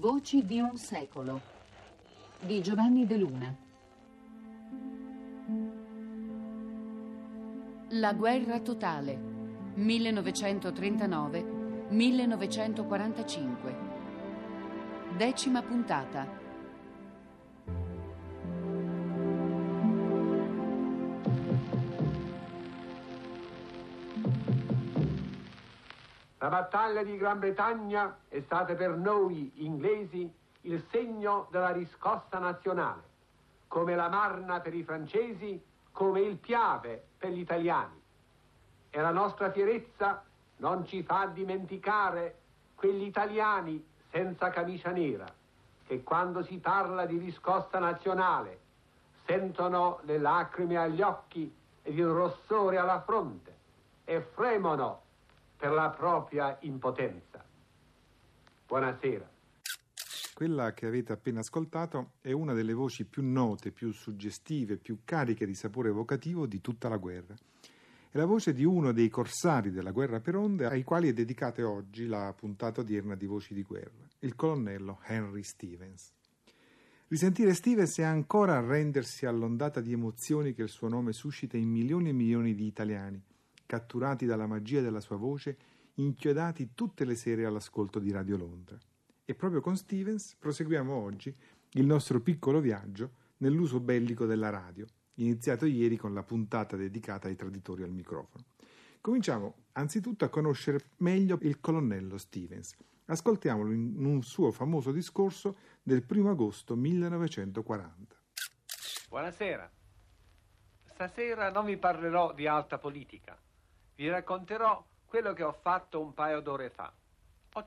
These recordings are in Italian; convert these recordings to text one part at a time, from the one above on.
Voci di un secolo di Giovanni De Luna. La guerra totale 1939-1945. 10ª puntata. La battaglia di Gran Bretagna è stata per noi inglesi il segno della riscossa nazionale, come la Marna per i francesi, come il Piave per gli italiani. E la nostra fierezza non ci fa dimenticare quegli italiani senza camicia nera, che quando si parla di riscossa nazionale sentono le lacrime agli occhi ed il rossore alla fronte e fremono per la propria impotenza. Buonasera. Quella che avete appena ascoltato è una delle voci più note, più suggestive, più cariche di sapore evocativo di tutta la guerra. È la voce di uno dei corsari della guerra per onde ai quali è dedicata oggi la puntata odierna di Voci di Guerra, il colonnello Henry Stevens. Risentire Stevens è ancora arrendersi all'ondata di emozioni che il suo nome suscita in milioni e milioni di italiani, catturati dalla magia della sua voce, inchiodati tutte le sere all'ascolto di Radio Londra. E proprio con Stevens proseguiamo oggi il nostro piccolo viaggio nell'uso bellico della radio, iniziato ieri con la puntata dedicata ai traditori al microfono. Cominciamo anzitutto a conoscere meglio il colonnello Stevens. Ascoltiamolo in un suo famoso discorso del 1 agosto 1940. Buonasera. Stasera non vi parlerò di alta politica. Vi racconterò quello che ho fatto un paio d'ore fa. Ho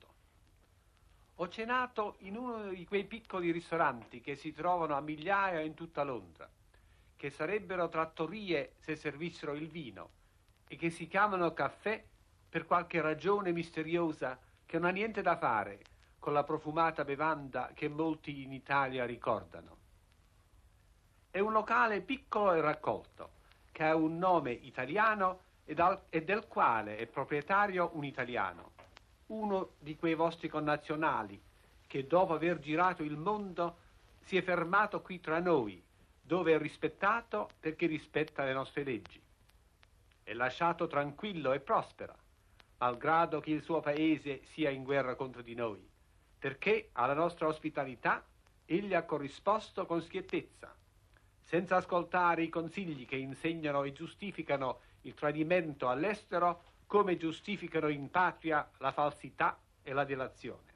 cenato in uno di quei piccoli ristoranti che si trovano a migliaia in tutta Londra, che sarebbero trattorie se servissero il vino e che si chiamano caffè per qualche ragione misteriosa che non ha niente da fare con la profumata bevanda che molti in Italia ricordano. È un locale piccolo e raccolto, che ha un nome italiano e del quale è proprietario un italiano, uno di quei vostri connazionali che dopo aver girato il mondo si è fermato qui tra noi, dove è rispettato perché rispetta le nostre leggi. È lasciato tranquillo e prospera, malgrado che il suo paese sia in guerra contro di noi, perché alla nostra ospitalità egli ha corrisposto con schiettezza, senza ascoltare i consigli che insegnano e giustificano il tradimento all'estero come giustificano in patria la falsità e la delazione.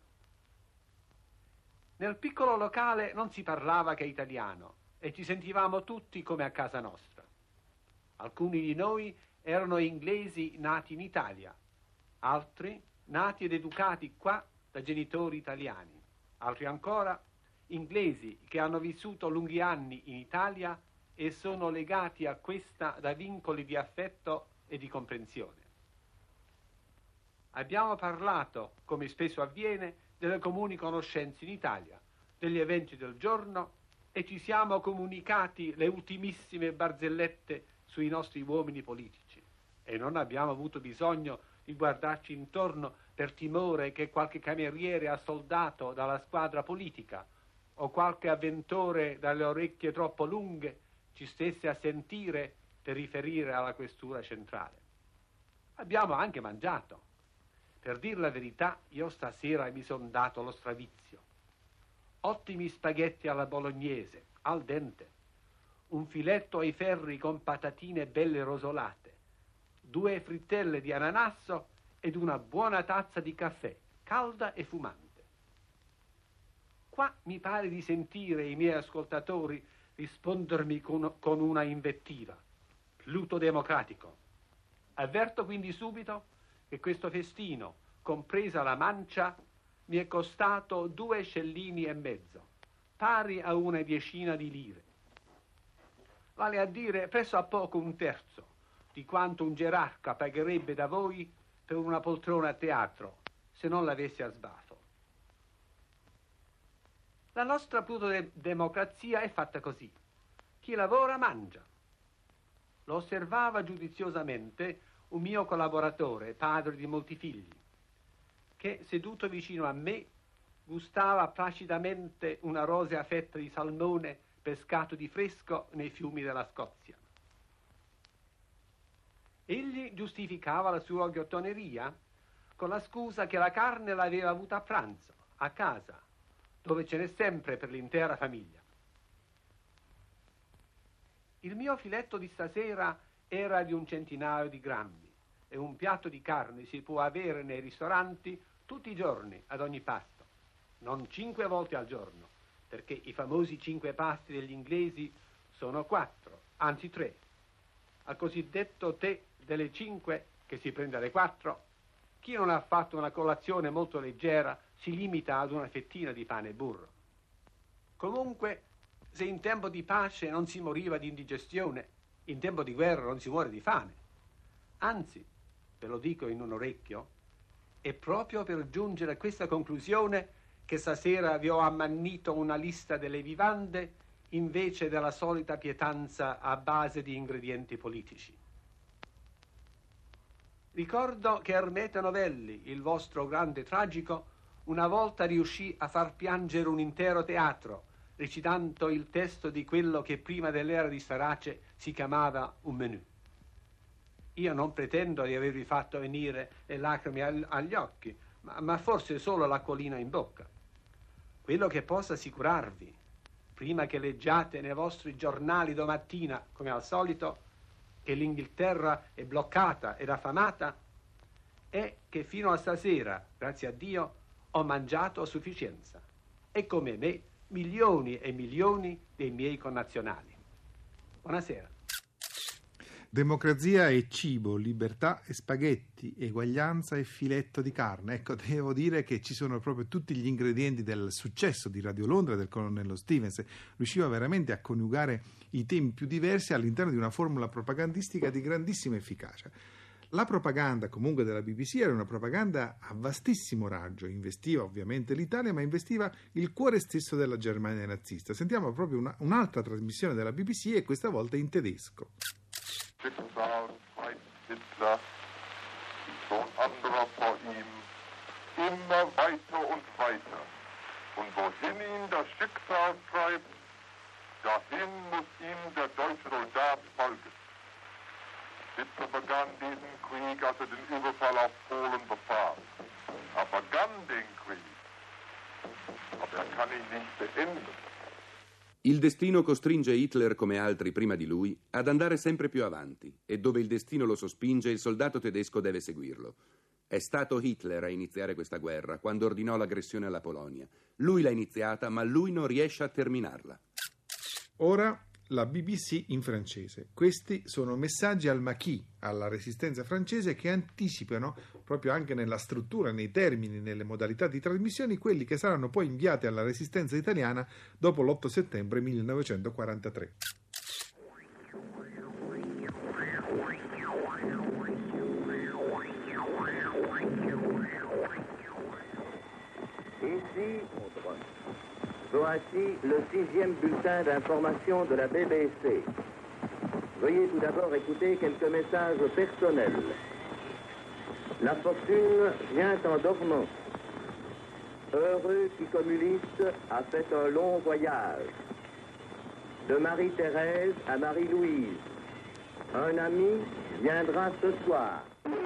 Nel piccolo locale non si parlava che italiano e ci sentivamo tutti come a casa nostra. Alcuni di noi erano inglesi nati in Italia, altri nati ed educati qua da genitori italiani, altri ancora inglesi che hanno vissuto lunghi anni in Italia e sono legati a questa da vincoli di affetto e di comprensione. Abbiamo parlato, come spesso avviene, delle comuni conoscenze in Italia, degli eventi del giorno e ci siamo comunicati le ultimissime barzellette sui nostri uomini politici e non abbiamo avuto bisogno di guardarci intorno per timore che qualche cameriere assoldato dalla squadra politica o qualche avventore dalle orecchie troppo lunghe ci stesse a sentire per riferire alla questura centrale. Abbiamo anche mangiato. Per dir la verità, io stasera mi son dato lo stravizio. Ottimi spaghetti alla bolognese, al dente, un filetto ai ferri con patatine belle rosolate, 2 frittelle di ananasso ed una buona tazza di caffè, calda e fumante. Qua mi pare di sentire i miei ascoltatori rispondermi con una invettiva. Pluto democratico. Avverto quindi subito che questo festino, compresa la mancia, mi è costato 2,5 scellini, pari a una decina di lire. Vale a dire presso a poco un terzo di quanto un gerarca pagherebbe da voi per una poltrona a teatro, se non l'avesse a sbato. La nostra plutodemocrazia è fatta così. Chi lavora mangia. Lo osservava giudiziosamente un mio collaboratore, padre di molti figli, che seduto vicino a me gustava placidamente una rosea fetta di salmone pescato di fresco nei fiumi della Scozia. Egli giustificava la sua ghiottoneria con la scusa che la carne l'aveva avuta a pranzo, a casa, dove ce n'è sempre per l'intera famiglia. Il mio filetto di stasera era di 100 di grammi e un piatto di carne si può avere nei ristoranti tutti i giorni, ad ogni pasto, non 5 volte al giorno, perché i famosi 5 pasti degli inglesi sono 4, anzi 3. Al cosiddetto tè delle 5, che si prende alle 4, chi non ha fatto una colazione molto leggera si limita ad una fettina di pane e burro. Comunque, se in tempo di pace non si moriva di indigestione, in tempo di guerra non si muore di fame. Anzi, ve lo dico in un orecchio, è proprio per giungere a questa conclusione che stasera vi ho ammannito una lista delle vivande invece della solita pietanza a base di ingredienti politici. Ricordo che Ermete Novelli, il vostro grande tragico, una volta riuscì a far piangere un intero teatro recitando il testo di quello che prima dell'era di Sarace si chiamava un menù. Io non pretendo di avervi fatto venire le lacrime agli occhi, ma forse solo l'acquolina in bocca. Quello che posso assicurarvi, prima che leggiate nei vostri giornali domattina, come al solito, che l'Inghilterra è bloccata ed affamata, è che fino a stasera, grazie a Dio, ho mangiato a sufficienza. E come me, milioni e milioni dei miei connazionali. Buonasera. Democrazia e cibo, libertà e spaghetti, eguaglianza e filetto di carne. Ecco, devo dire che ci sono proprio tutti gli ingredienti del successo di Radio Londra del colonnello Stevens. Riusciva veramente a coniugare i temi più diversi all'interno di una formula propagandistica di grandissima efficacia. La propaganda comunque della BBC era una propaganda a vastissimo raggio, investiva ovviamente l'Italia, ma investiva il cuore stesso della Germania nazista. Sentiamo proprio un'altra trasmissione della BBC e questa volta in tedesco. Schicksal treibt Hitler, schon anderer vor ihm, immer weiter und weiter. Und wohin ihn das Schicksal treibt, dahin muss ihm der deutsche Soldat folgen. Hitler begann diesen Krieg, als er den Überfall auf Polen befahl. Er begann den Krieg, aber er kann ihn nicht beenden. Il destino costringe Hitler, come altri prima di lui, ad andare sempre più avanti e dove il destino lo sospinge, il soldato tedesco deve seguirlo. È stato Hitler a iniziare questa guerra quando ordinò l'aggressione alla Polonia. Lui l'ha iniziata, ma lui non riesce a terminarla. Ora la BBC in francese. Questi sono messaggi al maquis, alla resistenza francese, che anticipano proprio anche nella struttura, nei termini, nelle modalità di trasmissioni, quelli che saranno poi inviati alla resistenza italiana dopo l'8 settembre 1943. Voici le 6e bulletin d'information de la BBC. Veuillez tout d'abord écouter quelques messages personnels. La fortune vient en dormant. Heureux qui communiste a fait un long voyage. De Marie-Thérèse à Marie-Louise. Un ami viendra ce soir.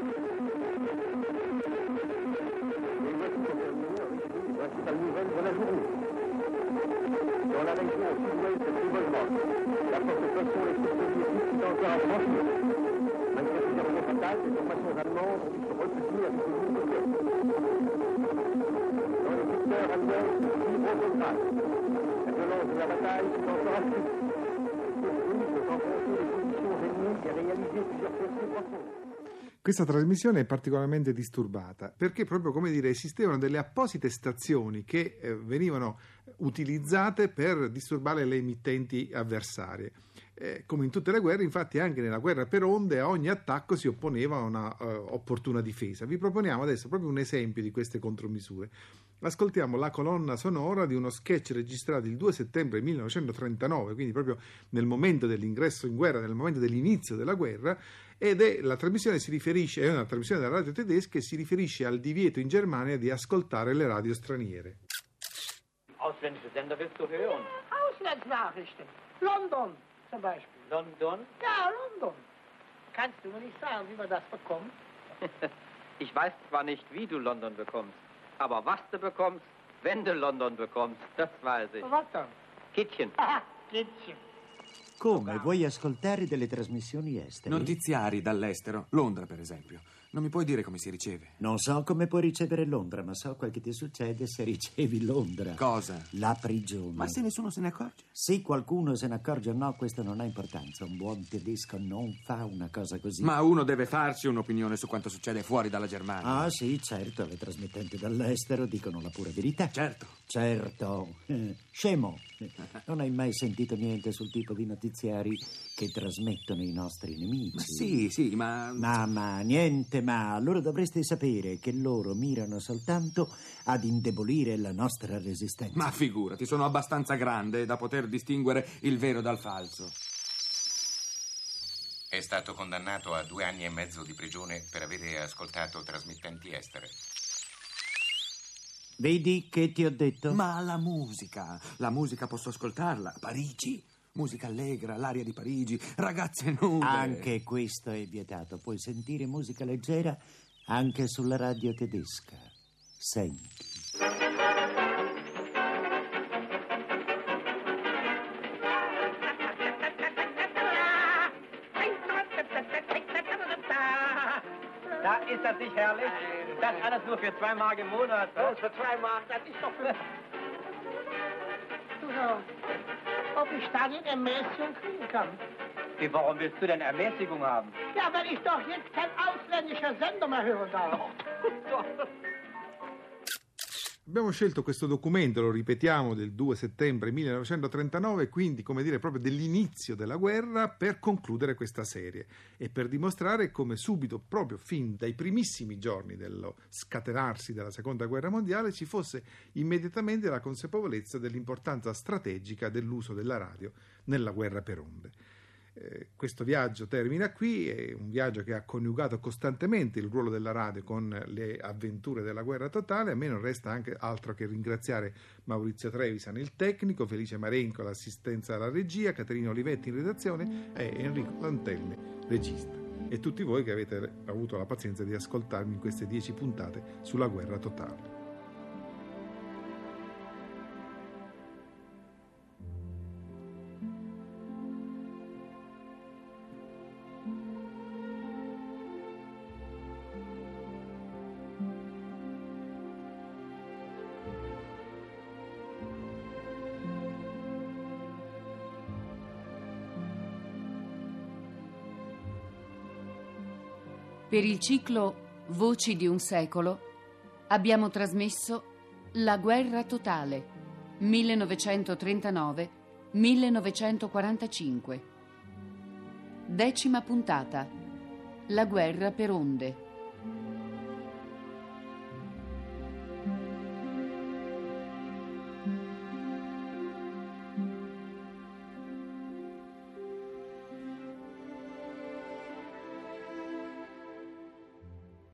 Voici la nouvelle de la journée. Dans la région sud-ouest de Livolement, la fortification est soviétique encore en franchir. Malgré plusieurs attaques, les formations allemandes ont dû se replier avec des groupes de guerre. Dans le secteur à l'ouest de Livolement, la violence de la bataille est encore accrue. Aujourd'hui, pour rencontrer les positions ennemies et réaliser plusieurs percées profondes. Questa trasmissione è particolarmente disturbata perché proprio, come dire, esistevano delle apposite stazioni che venivano utilizzate per disturbare le emittenti avversarie. Come in tutte le guerre, infatti anche nella guerra per onde a ogni attacco si opponeva una opportuna difesa. Vi proponiamo adesso proprio un esempio di queste contromisure. Ascoltiamo la colonna sonora di uno sketch registrato il 2 settembre 1939, quindi proprio nel momento dell'ingresso in guerra, nel momento dell'inizio della guerra, ed è una trasmissione della radio tedesca e si riferisce al divieto in Germania di ascoltare le radio straniere. Ausländische Sender willst du hören? Auslandsnachrichten. London zum Beispiel. London? Ja, London. Kannst du mir nicht sagen, wie man das bekommt? Ich weiß zwar nicht, wie du London bekommst, aber was du bekommst, wenn du London bekommst, das weiß ich. Was dann? Kittchen. Ah, Kittchen. Come? Vuoi ascoltare delle trasmissioni estere? Notiziari dall'estero, Londra per esempio. Non mi puoi dire come si riceve? Non so come puoi ricevere Londra, ma so quel che ti succede se ricevi Londra. Cosa? La prigione. Ma se nessuno se ne accorge? Se qualcuno se ne accorge o no, questo non ha importanza. Un buon tedesco non fa una cosa così. Ma uno deve farsi un'opinione su quanto succede fuori dalla Germania. Ah, sì, certo, le trasmettenti dall'estero dicono la pura verità. Certo. Certo. Scemo. Non hai mai sentito niente sul tipo di notiziari che trasmettono i nostri nemici? Ma sì, ma... Ma niente ma. Allora dovreste sapere che loro mirano soltanto ad indebolire la nostra resistenza. Ma figurati, sono abbastanza grande da poter distinguere il vero dal falso. È stato condannato a 2 anni e mezzo di prigione per avere ascoltato trasmittenti estere. Vedi che ti ho detto? Ma la musica posso ascoltarla. Parigi, musica allegra, l'aria di Parigi, ragazze nude. Anche questo è vietato. Puoi sentire musica leggera anche sulla radio tedesca. Senti. Da ist das nicht herrlich? Das alles nur für 2 Mark im Monat. Das für 2 Mark, das ist doch für... Du, ob ich dann eine Ermäßigung kriegen kann? Wie, warum willst du denn Ermäßigung haben? Ja, wenn ich doch jetzt kein ausländischer Sender mehr hören darf. Abbiamo scelto questo documento, lo ripetiamo, del 2 settembre 1939, quindi, come dire, proprio dell'inizio della guerra, per concludere questa serie e per dimostrare come subito, proprio fin dai primissimi giorni dello scatenarsi della Seconda Guerra Mondiale, ci fosse immediatamente la consapevolezza dell'importanza strategica dell'uso della radio nella guerra per onde. Questo viaggio termina qui, è un viaggio che ha coniugato costantemente il ruolo della radio con le avventure della guerra totale. A me non resta anche altro che ringraziare Maurizio Trevisan, il tecnico, Felice Marenco, l'assistenza alla regia, Caterina Olivetti in redazione e Enrico Lantelli, regista, e tutti voi che avete avuto la pazienza di ascoltarmi in queste 10 puntate sulla guerra totale. Per il ciclo Voci di un secolo abbiamo trasmesso La guerra totale 1939-1945. 10ª puntata. La guerra per onde.